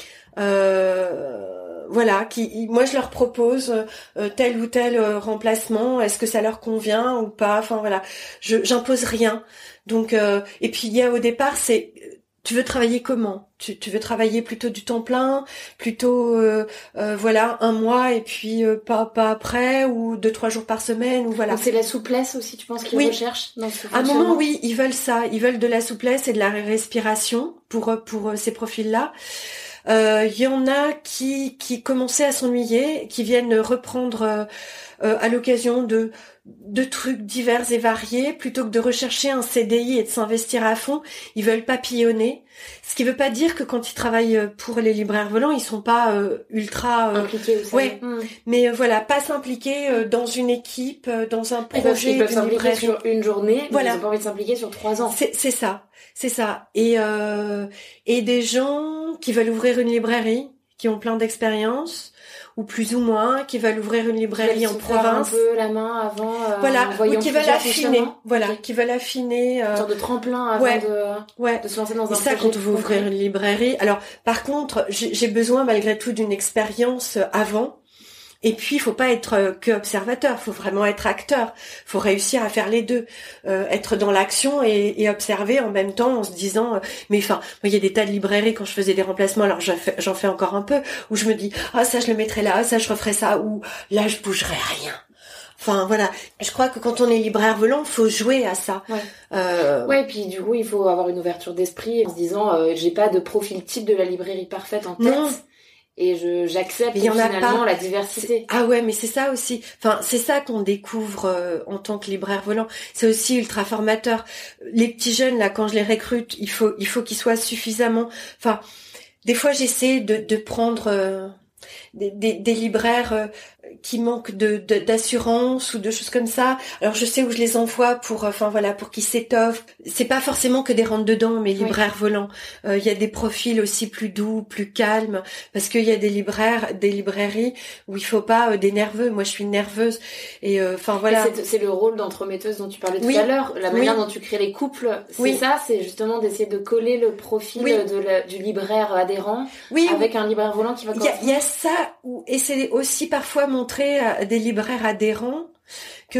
Euh, voilà, qui moi je leur propose euh, tel ou tel euh, remplacement. Est-ce que ça leur convient ou pas? Enfin voilà, je j'impose rien. Donc euh, et puis il y a au départ c'est tu veux travailler comment? Tu, tu veux travailler plutôt du temps plein, plutôt euh, euh, voilà un mois et puis euh, pas pas après ou deux trois jours par semaine ou voilà. Donc c'est la souplesse aussi, tu penses qu'ils oui. recherchent dans ce À un moment oui, ils veulent ça, ils veulent de la souplesse et de la respiration pour pour ces profils-là. Il euh, y en a qui qui commençaient à s'ennuyer, qui viennent reprendre euh, euh, à l'occasion de de trucs divers et variés, plutôt que de rechercher un C D I et de s'investir à fond, ils veulent papillonner. Ce qui veut pas dire que quand ils travaillent pour les libraires volants, ils sont pas euh, ultra euh, impliqués aussi. Ouais. Mmh. Mais euh, voilà, pas s'impliquer euh, dans une équipe, euh, dans un projet. Ils peuvent s'impliquer sur une journée, voilà. Mais ils ont pas envie de s'impliquer sur trois ans. C'est, c'est ça, c'est ça. Et euh, et des gens qui veulent ouvrir une librairie, qui ont plein d'expérience. Ou plus ou moins, qui veulent ouvrir une librairie en province. Un peu la main avant. Euh, voilà, ou qui veulent affiner. Voilà, okay. qui veulent affiner. Euh... Une sorte de tremplin avant ouais, de, ouais. de se lancer dans un Et ça, projet. quand on veut ouvrir une librairie. Alors, par contre, j'ai, j'ai besoin malgré tout d'une expérience avant. Et puis, il faut pas être que observateur, faut vraiment être acteur. Faut réussir à faire les deux, euh, être dans l'action et, et observer en même temps, en se disant, euh, mais enfin, il y a des tas de librairies quand je faisais des remplacements, alors j'en fais, j'en fais encore un peu, où je me dis, ah ça je le mettrai là, ah, ça je referai ça, ou là je bougerai rien. Enfin voilà, je crois que quand on est libraire volant, faut jouer à ça. Ouais. Euh... Ouais, et puis du coup, il faut avoir une ouverture d'esprit en se disant, euh, j'ai pas de profil type de la librairie parfaite en tête. Non. Et je j'accepte y en a finalement pas. la diversité. C'est... Ah ouais, mais c'est ça aussi. Enfin, c'est ça qu'on découvre euh, en tant que libraire volant. C'est aussi ultra formateur. Les petits jeunes là, quand je les recrute, il faut il faut qu'ils soient suffisamment. Enfin, des fois j'essaie de de prendre euh, des, des des libraires euh, qui manquent de, de d'assurance ou de choses comme ça. Alors je sais où je les envoie pour enfin voilà pour qu'ils s'étoffent. C'est pas forcément que des rentre dedans mes libraires oui. volants. Il euh, y a des profils aussi plus doux, plus calmes parce qu'il y a des libraires, des librairies où il faut pas euh, des nerveux. Moi je suis nerveuse et enfin euh, voilà. C'est, c'est le rôle d'entremetteuse dont tu parlais tout oui. à l'heure. La manière oui. dont tu crées les couples, c'est oui. ça, c'est justement d'essayer de coller le profil oui. de la, du libraire adhérent oui, avec oui. un libraire volant qui va correspondre. Il y, y a ça où et c'est aussi parfois montrer à des libraires adhérents que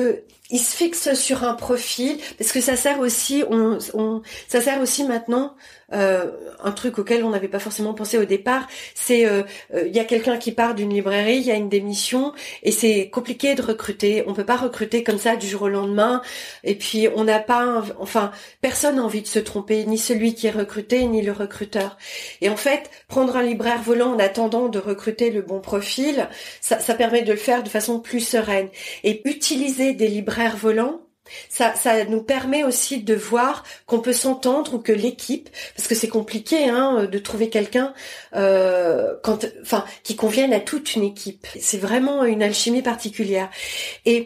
il se fixe sur un profil parce que ça sert aussi, on, on ça sert aussi maintenant. Euh, un truc auquel on n'avait pas forcément pensé au départ, c'est euh, euh, y a quelqu'un qui part d'une librairie, il y a une démission et c'est compliqué de recruter. On peut pas recruter comme ça du jour au lendemain. Et puis on n'a pas, enfin personne n'a envie de se tromper, ni celui qui est recruté ni le recruteur. Et en fait, prendre un libraire volant en attendant de recruter le bon profil, ça, ça permet de le faire de façon plus sereine. Et utiliser des libraires volants, Ça, ça nous permet aussi de voir qu'on peut s'entendre ou que l'équipe, parce que c'est compliqué hein, de trouver quelqu'un euh, quand, enfin, qui convienne à toute une équipe. C'est vraiment une alchimie particulière. Et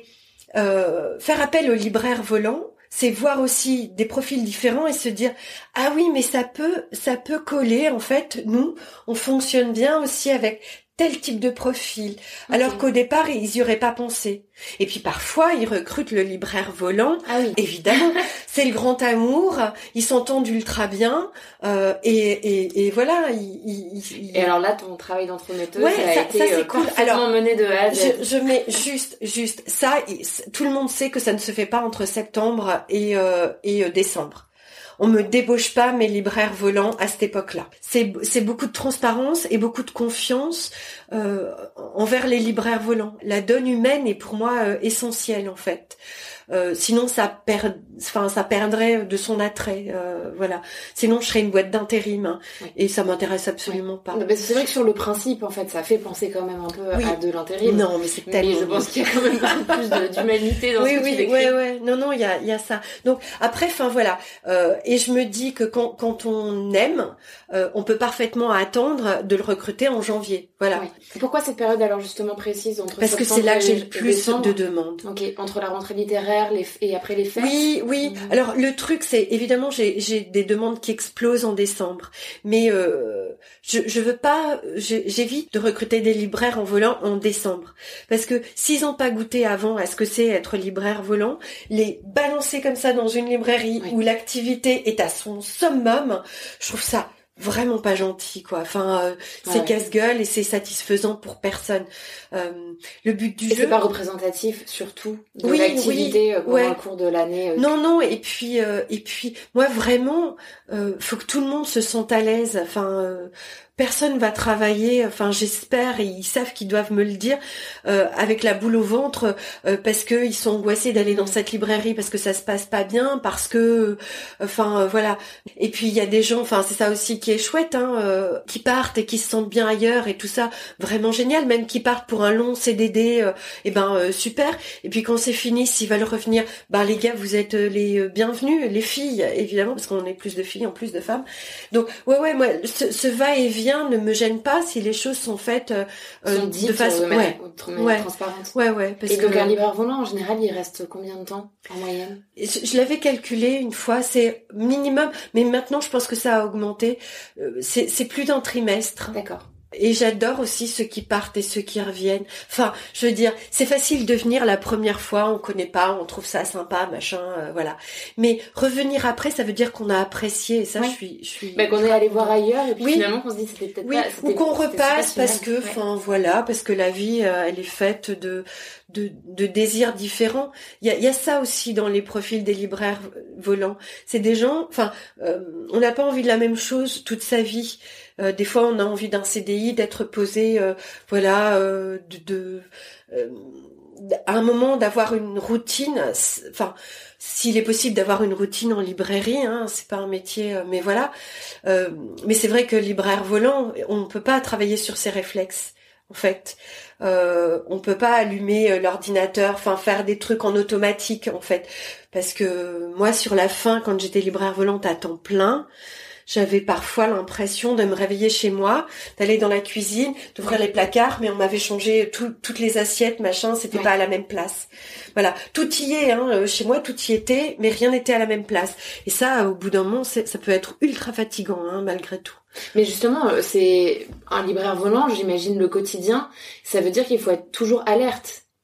euh, faire appel au libraire volant, c'est voir aussi des profils différents et se dire ah oui mais ça peut, ça peut coller en fait. Nous, on fonctionne bien aussi avec tel type de profil, alors okay. qu'au départ, ils y auraient pas pensé. Et puis parfois, ils recrutent le libraire volant, ah oui. évidemment. C'est le grand amour, ils s'entendent ultra bien, euh, et, et, et voilà. Ils, ils, ils... Et alors là, ton travail d'entremetteuse ouais, a ça, été ça, c'est euh, cool. Alors, mené de A à Z. Je, je mets juste, juste ça, tout le monde sait que ça ne se fait pas entre septembre et, euh, et euh, décembre. On me débauche pas mes libraires volants à cette époque-là. C'est, c'est beaucoup de transparence et beaucoup de confiance euh, envers les libraires volants. La donne humaine est pour moi euh, essentielle en fait. Euh, sinon ça perd, enfin ça perdrait de son attrait. Euh, voilà. Sinon je serais une boîte d'intérim hein, oui. et ça m'intéresse absolument oui. pas. Mais c'est vrai que sur le principe en fait ça fait penser quand même un peu oui. à de l'intérim. Non mais c'est tellement. Mais je pense qu'il y a quand même beaucoup plus de, d'humanité dans oui, ce que oui, tu décris. Oui oui ouais. Non non il y a il y a ça. Donc après enfin voilà. Euh, et je me dis que quand quand on aime, euh, on peut parfaitement attendre de le recruter en janvier. Voilà. Oui. Pourquoi cette période alors justement précise entre Parce que c'est là que j'ai le plus décembre. de demandes. Ok. Entre la rentrée littéraire Les, et après les fêtes. Oui, oui. Mmh. Alors le truc, c'est évidemment j'ai j'ai des demandes qui explosent en décembre, mais euh, je je veux pas, j'évite de recruter des libraires en volant en décembre parce que s'ils ont pas goûté avant à ce que c'est être libraire volant, les balancer comme ça dans une librairie oui. où l'activité est à son summum, je trouve ça vraiment pas gentil quoi. Enfin euh, c'est ouais. casse-gueule et c'est satisfaisant pour personne. Euh, le but du et jeu c'est pas représentatif surtout de oui, l'activité oui, pendant ouais. le cours de l'année. Euh, non non et puis euh, et puis moi vraiment euh, faut que tout le monde se sente à l'aise. Enfin euh, personne va travailler, enfin j'espère, et ils savent qu'ils doivent me le dire, euh, avec la boule au ventre, euh, parce que ils sont angoissés d'aller dans cette librairie, parce que ça se passe pas bien, parce que, enfin euh, voilà. Et puis il y a des gens, enfin c'est ça aussi qui est chouette, hein, euh, qui partent et qui se sentent bien ailleurs et tout ça, vraiment génial. Même qui partent pour un long C D D, euh, et ben euh, super. Et puis quand c'est fini, s'ils veulent revenir, ben les gars vous êtes les bienvenus, les filles évidemment, parce qu'on est plus de filles en plus de femmes. Donc ouais ouais moi ce, ce va-et-vient ne me gêne pas si les choses sont faites euh, sont de façon de manière, ouais, ouais, transparente. Ouais, ouais. Parce et que donc un libraire volant, en général, il reste combien de temps en moyenne ? Je, je l'avais calculé une fois, c'est minimum, mais maintenant je pense que ça a augmenté. C'est, c'est plus d'un trimestre. D'accord. Et j'adore aussi ceux qui partent et ceux qui reviennent. Enfin, je veux dire, c'est facile de venir la première fois, on connaît pas, on trouve ça sympa, machin, euh, voilà. Mais revenir après, ça veut dire qu'on a apprécié. Et ça, ouais. je suis, je suis. Bah, qu'on est allé voir ailleurs et puis oui. finalement qu'on se dit c'était peut-être oui. pas. C'était, ou qu'on repasse parce que, ouais. enfin, voilà, parce que la vie, euh, elle est faite de, de, de désirs différents. Il y a, il y a ça aussi dans les profils des libraires volants. C'est des gens, enfin, euh, on n'a pas envie de la même chose toute sa vie. Euh, des fois, on a envie d'un C D I, d'être posé, euh, voilà, euh, de, de euh, à un moment d'avoir une routine. Enfin, s'il est possible d'avoir une routine en librairie, hein, c'est pas un métier, euh, mais voilà. Euh, mais c'est vrai que libraire volant, on ne peut pas travailler sur ses réflexes. En fait, euh, on peut pas allumer l'ordinateur, enfin faire des trucs en automatique, en fait, parce que moi, sur la fin, quand j'étais libraire volante à temps plein. J'avais parfois l'impression de me réveiller chez moi, d'aller dans la cuisine, d'ouvrir les placards, mais on m'avait changé tout, toutes les assiettes, machin, c'était ouais. pas à la même place. Voilà, tout y est, hein, chez moi tout y était, mais rien n'était à la même place. Et ça, au bout d'un moment, c'est, ça peut être ultra fatigant, hein, malgré tout. Mais justement, c'est un libraire volant, j'imagine le quotidien, ça veut dire qu'il faut être toujours alerte.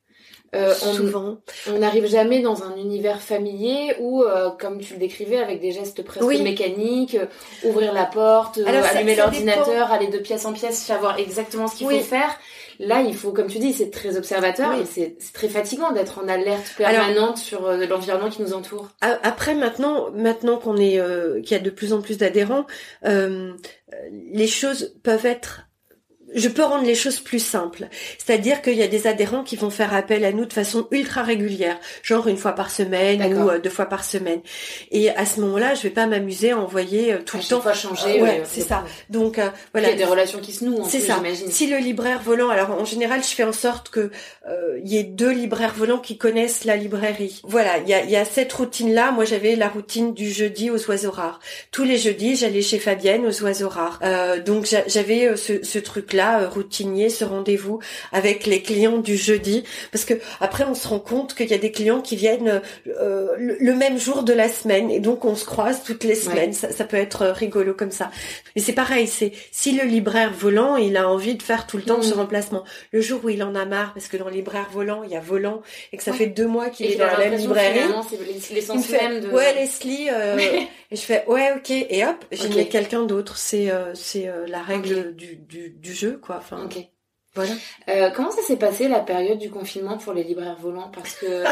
Euh, on, souvent. On n'arrive jamais dans un univers familier où, euh, comme tu le décrivais, avec des gestes presque oui. mécaniques, euh, ouvrir la porte, Alors, allumer ça, ça l'ordinateur, dépend. aller de pièce en pièce, savoir exactement ce qu'il oui. faut faire. Là, il faut, comme tu dis, c'est très observateur oui. et c'est, c'est très fatigant d'être en alerte permanente Alors, sur euh, l'environnement qui nous entoure. Après, maintenant, maintenant qu'on est, euh, qu'il y a de plus en plus d'adhérents, euh, les choses peuvent être je peux rendre les choses plus simples. C'est-à-dire qu'il y a des adhérents qui vont faire appel à nous de façon ultra régulière, genre une fois par semaine D'accord. ou euh, deux fois par semaine. Et à ce moment-là, je vais pas m'amuser à envoyer euh, tout à le temps. Fois changer. Euh, ouais, ouais, c'est ça. Donc euh, voilà. Il y a des relations qui se nouent. En c'est plus, ça. J'imagine. Si le libraire volant, alors en général, je fais en sorte que euh, il y ait deux libraires volants qui connaissent la librairie. Voilà, il y a, il y a cette routine-là. Moi, j'avais la routine du jeudi aux oiseaux rares. Tous les jeudis, j'allais chez Fabienne aux oiseaux rares. Euh, donc j'avais ce, ce truc-là euh, routinier. Ce rendez-vous avec les clients du jeudi, parce que après on se rend compte qu'il y a des clients qui viennent euh, le, le même jour de la semaine et donc on se croise toutes les semaines. Ouais. Ça, ça peut être rigolo comme ça. Mais c'est pareil, c'est si le libraire volant il a envie de faire tout le temps mmh. ce remplacement, le jour où il en a marre parce que dans le libraire volant il y a volant et que ça ouais. fait deux mois qu'il et est dans la même librairie, c'est l'essence même de ouais Leslie euh, et je fais ouais ok et hop j'ai okay. mis quelqu'un d'autre. C'est euh, c'est euh, la règle okay. du, du du jeu quoi. Enfin. Okay. Voilà. Euh, comment ça s'est passé la période du confinement pour les libraires volants? Parce que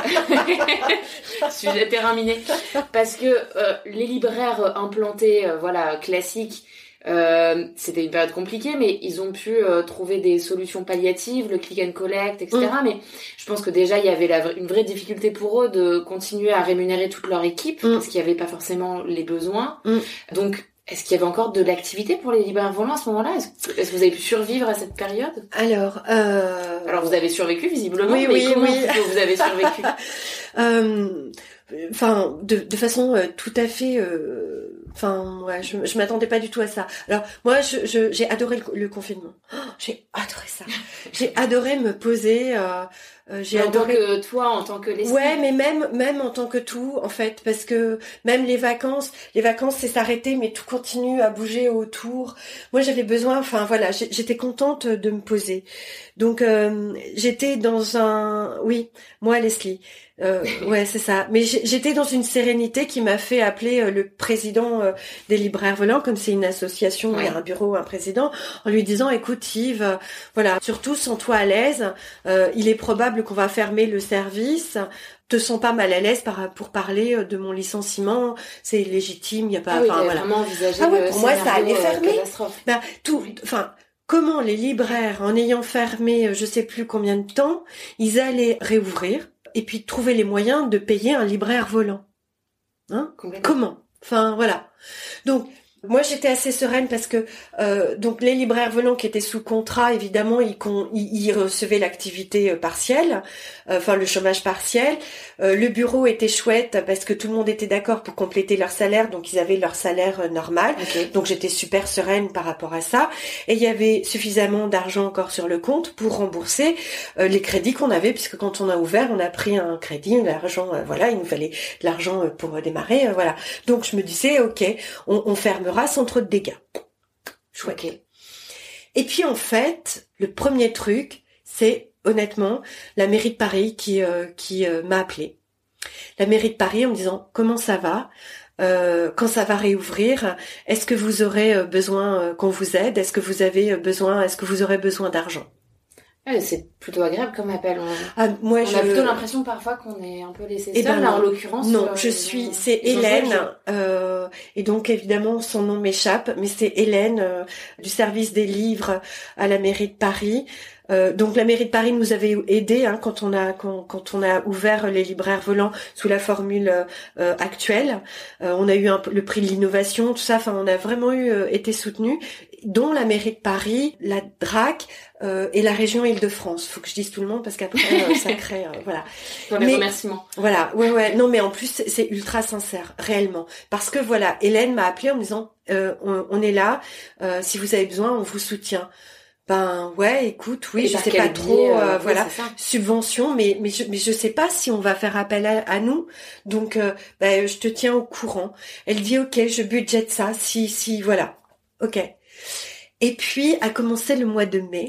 sujet terminé. Parce que euh, les libraires implantés, euh, voilà, classiques, euh, c'était une période compliquée, mais ils ont pu euh, trouver des solutions palliatives, le click and collect, et cetera. Mm. Mais je pense que déjà il y avait la, une vraie difficulté pour eux de continuer à rémunérer toute leur équipe mm. parce qu'il n'y avait pas forcément les besoins. Mm. Donc est-ce qu'il y avait encore de l'activité pour les libraires volants à ce moment-là? Est-ce que, est-ce que vous avez pu survivre à cette période? Alors, euh... alors vous avez survécu visiblement, oui, mais oui, comment oui. vous avez survécu? euh, Enfin, de, de façon euh, tout à fait. Euh, enfin, ouais, je, je m'attendais pas du tout à ça. Alors, moi, je, je, j'ai adoré le, le confinement. Oh, j'ai adoré ça. J'ai adoré me poser. Euh, Euh, j'ai mais en adoré... tant que toi, en tant que Leslie. Ouais, mais même même en tant que tout, en fait, parce que même les vacances, les vacances c'est s'arrêter, mais tout continue à bouger autour. Moi, j'avais besoin, enfin voilà, j'étais contente de me poser. Donc euh, j'étais dans un, oui, moi Leslie. Euh, ouais, c'est ça. Mais j'étais dans une sérénité qui m'a fait appeler le président des libraires volants, comme c'est une association, ouais. Il y a un bureau, un président, en lui disant, écoute Yves, voilà, surtout sens-toi à l'aise. Euh, il est probable qu'on va fermer le service. Te sens pas mal à l'aise par, pour parler de mon licenciement, c'est légitime, il y a pas. Ah oui, enfin voilà. Vraiment envisagé. Ah ouais, pour moi ça allait fermer. Ben tout, oui. enfin. Comment les libraires, en ayant fermé je sais plus combien de temps, ils allaient réouvrir et puis trouver les moyens de payer un libraire volant. Hein ? Comment ? Enfin, voilà. Donc, moi, j'étais assez sereine parce que euh, donc les libraires volants qui étaient sous contrat, évidemment, ils, con, ils, ils recevaient l'activité partielle, euh, enfin le chômage partiel. Euh, le bureau était chouette parce que tout le monde était d'accord pour compléter leur salaire, donc ils avaient leur salaire euh, normal. Okay. Donc j'étais super sereine par rapport à ça. Et il y avait suffisamment d'argent encore sur le compte pour rembourser euh, les crédits qu'on avait, puisque quand on a ouvert, on a pris un crédit, l'argent, euh, voilà, il nous fallait de l'argent pour euh, démarrer, euh, voilà. Donc je me disais, ok, on, on ferme sans trop de dégâts. Chouette. Okay. Et puis en fait, le premier truc, c'est honnêtement la mairie de Paris qui euh, qui euh, m'a appelée. La mairie de Paris en me disant comment ça va, euh, quand ça va réouvrir, est-ce que vous aurez besoin euh, qu'on vous aide, est-ce que vous avez besoin, est-ce que vous aurez besoin d'argent. Ouais, c'est plutôt agréable comme appel. On, ah, moi, on je... a plutôt l'impression parfois qu'on est un peu laissé seul. Eh ben, là, en l'occurrence, non, euh, je suis. C'est Hélène, euh, et donc évidemment son nom m'échappe, mais c'est Hélène euh, du service des livres à la mairie de Paris. Euh, donc la mairie de Paris nous avait aidé hein, quand on a quand, quand on a ouvert les libraires volants sous la formule euh, actuelle. Euh, on a eu un, le prix de l'innovation, tout ça. Enfin, on a vraiment eu euh, été soutenus, dont la mairie de Paris, la D R A C euh, et la région Île-de-France. Faut que je dise tout le monde parce qu'après euh, ça crée euh, voilà. Pour les mais, remerciements. Voilà, ouais ouais. Non mais en plus c'est, c'est ultra sincère, réellement, parce que voilà, Hélène m'a appelé en me disant euh, on, on est là, euh, si vous avez besoin, on vous soutient. Ben ouais, écoute, oui, et je sais pas trop, euh, euh, voilà, oui, subvention, mais mais je mais je sais pas si on va faire appel à, à nous, donc euh, ben je te tiens au courant. Elle dit ok, je budgète ça, si si voilà, ok. Et puis a commencé le mois de mai,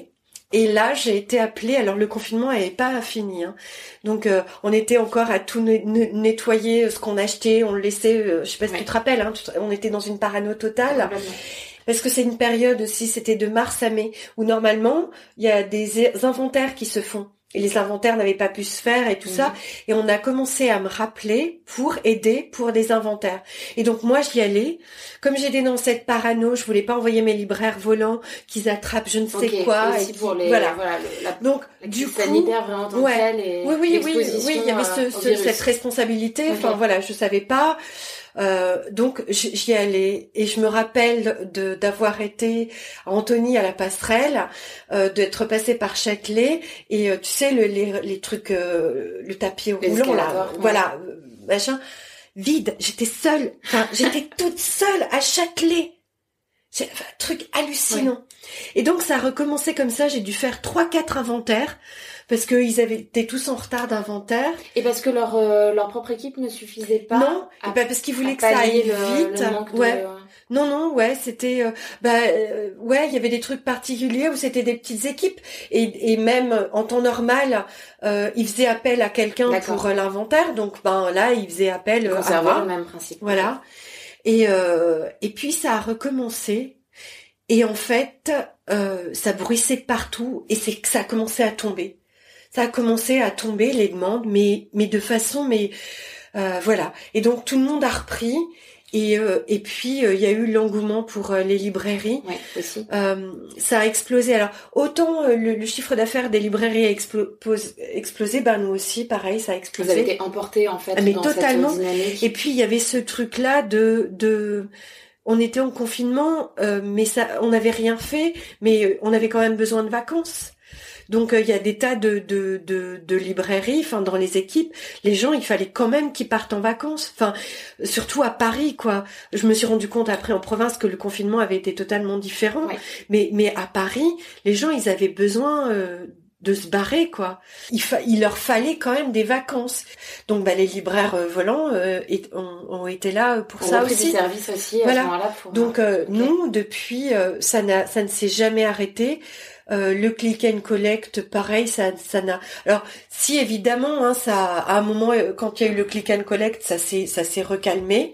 Et là, j'ai été appelée. Alors le confinement n'avait pas fini, hein. Donc euh, on était encore à tout ne- ne- nettoyer ce qu'on achetait. On le laissait. Euh, je sais pas si ouais. tu te rappelles. Hein, tu te- on était dans une parano totale. Ouais, Parce que c'est une période aussi. C'était de mars à mai où normalement il y a des inventaires qui se font. Et les inventaires n'avaient pas pu se faire et tout mmh. ça. Et on a commencé à me rappeler pour aider pour des inventaires. Et donc moi, j'y allais. Comme j'étais dans cette parano, je voulais pas envoyer mes libraires volants qu'ils attrapent je ne sais okay. quoi. Aussi et pour qui, les, voilà. voilà le, la, donc, la du coup, sanitaire vraiment tant ouais. qu'elle et oui, oui, oui, oui, il y avait ce, ce, cette responsabilité. Okay. Enfin, voilà, je savais pas. Euh, donc j'y allais et je me rappelle de d'avoir été à Antony à la passerelle, euh, d'être passée par Châtelet et euh, tu sais le, les les trucs euh, le tapis roulant là, ouais. voilà euh, machin vide. J'étais seule, enfin j'étais toute seule à Châtelet. C'est un truc hallucinant. Ouais. Et donc ça a recommencé comme ça. J'ai dû faire trois quatre inventaires. Parce qu'ils avaient été tous en retard d'inventaire. Et parce que leur euh, leur propre équipe ne suffisait pas. Non, à, bah parce qu'ils voulaient que ça aille le, vite. Le ouais. de... Non, non, ouais, c'était, euh, bah, euh, ouais, il y avait des trucs particuliers où c'était des petites équipes et, et même en temps normal, euh, ils faisaient appel à quelqu'un D'accord. pour euh, l'inventaire. Donc, ben là, ils faisaient appel euh, à moi. le même principe. Voilà. Et euh, et puis ça a recommencé. Et en fait, euh, ça bruissait de partout et c'est que ça a commencé à tomber. Ça a commencé à tomber les demandes, mais mais de façon mais euh, voilà. Et donc tout le monde a repris et euh, et puis euh, il y a eu l'engouement pour euh, les librairies. Ouais, aussi. Euh, ça a explosé. Alors autant euh, le, le chiffre d'affaires des librairies a explo- pose, explosé, ben nous aussi pareil, ça a explosé. Vous avez été emportés en fait ah, mais dans totalement. cette dynamique. Et puis il y avait ce truc là de de on était en confinement, euh, mais ça on n'avait rien fait, mais on avait quand même besoin de vacances. Donc il euh, y a des tas de de de, de librairies, enfin dans les équipes, les gens il fallait quand même qu'ils partent en vacances. Enfin surtout à Paris quoi. Je me suis rendu compte après en province que le confinement avait été totalement différent. Ouais. Mais mais à Paris, les gens ils avaient besoin euh, de se barrer quoi. Il fa- il leur fallait quand même des vacances. Donc bah les libraires euh, volants euh, et, ont, ont été là pour on ça a aussi. Des services aussi voilà. à ce moment-là pour... Donc euh, okay. nous depuis euh, ça n'a ça ne s'est jamais arrêté. Euh, le click and collect, pareil, ça, ça n'a. Alors, si évidemment, hein, ça, à un moment, quand il y a eu le click and collect, ça s'est, ça s'est recalmé.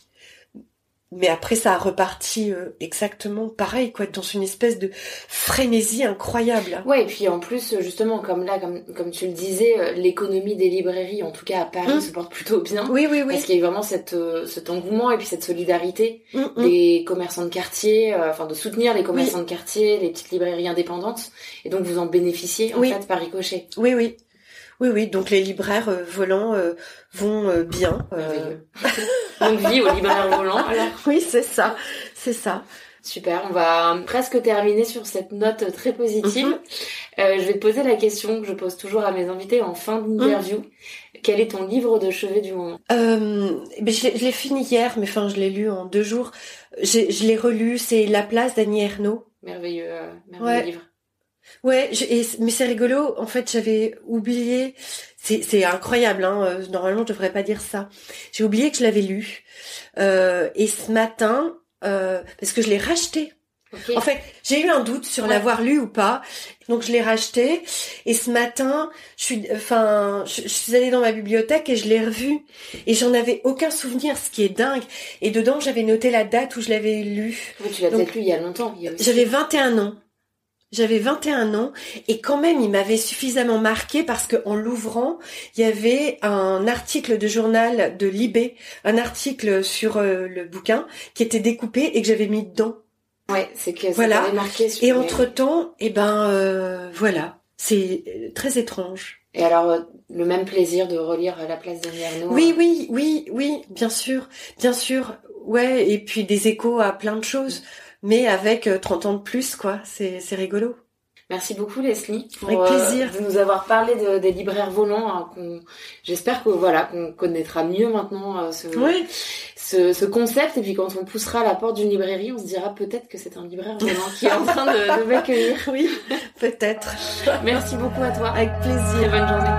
Mais après, ça a reparti euh, exactement pareil, quoi, dans une espèce de frénésie incroyable. Ouais, et puis en plus, justement, comme là, comme comme tu le disais, l'économie des librairies, en tout cas à Paris, mmh. se porte plutôt bien. Oui, oui, oui. Parce qu'il y a eu vraiment cette euh, cet engouement et puis cette solidarité mmh, des mmh. commerçants de quartier, euh, enfin de soutenir les commerçants oui. de quartier, les petites librairies indépendantes, et donc vous en bénéficiez en oui. fait par ricochet. Oui, oui. Oui, oui, donc les libraires euh, volants euh, vont euh, bien. Euh... Donc vie aux libraires volants. Alors. Oui, c'est ça, c'est ça. Super, on va presque terminer sur cette note très positive. Mm-hmm. Euh, je vais te poser la question que je pose toujours à mes invités en fin d'interview. Mm. Quel est ton livre de chevet du moment ? euh, ben je, l'ai, je l'ai fini hier, mais enfin je l'ai lu en deux jours. J'ai, je l'ai relu, c'est La Place d'Annie Ernaux. Merveilleux, euh, merveilleux ouais. livre. Ouais, je, et, mais c'est rigolo. En fait, j'avais oublié. C'est, c'est incroyable. Hein. Normalement, je devrais pas dire ça. J'ai oublié que je l'avais lu. Euh, et ce matin, euh, parce que je l'ai racheté. Okay. En fait, j'ai eu un doute sur ouais. l'avoir lu ou pas. Donc, je l'ai racheté. Et ce matin, je suis, enfin, je, je suis allée dans ma bibliothèque et je l'ai revu. Et j'en avais aucun souvenir, ce qui est dingue. Et dedans, j'avais noté la date où je l'avais lu. Oui, tu l'as Donc, peut-être lu il y a longtemps. Il y a aussi... J'avais vingt et un ans. J'avais vingt et un ans et quand même il m'avait suffisamment marqué parce que en l'ouvrant, il y avait un article de journal de Libé, un article sur euh, le bouquin qui était découpé et que j'avais mis dedans. Ouais, c'est que ça voilà. t'avait marqué. Sur et les... entre-temps, eh ben euh, voilà, c'est très étrange. Et alors euh, le même plaisir de relire La Place d'Annie Ernaux. Oui, hein. oui, oui, oui, bien sûr, bien sûr. Ouais, et puis des échos à plein de choses. Mais avec trente ans de plus, quoi. C'est, c'est rigolo. Merci beaucoup, Leslie, pour avec plaisir. Euh, de nous avoir parlé de, des libraires volants. Hein, qu'on, j'espère que voilà, qu'on connaîtra mieux maintenant euh, ce, oui. ce, ce concept. Et puis quand on poussera à la porte d'une librairie, on se dira peut-être que c'est un libraire volant qui est en train de, de m'accueillir. Oui, peut-être. Merci beaucoup à toi. Avec plaisir. Et bonne journée.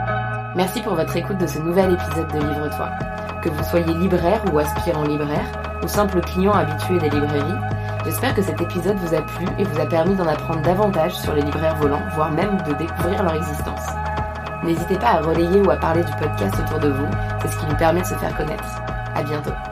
Merci pour votre écoute de ce nouvel épisode de Livre-toi. Que vous soyez libraire ou aspirant libraire, ou simples clients habitués des librairies, j'espère que cet épisode vous a plu et vous a permis d'en apprendre davantage sur les libraires volants, voire même de découvrir leur existence. N'hésitez pas à relayer ou à parler du podcast autour de vous, c'est ce qui lui permet de se faire connaître. À bientôt.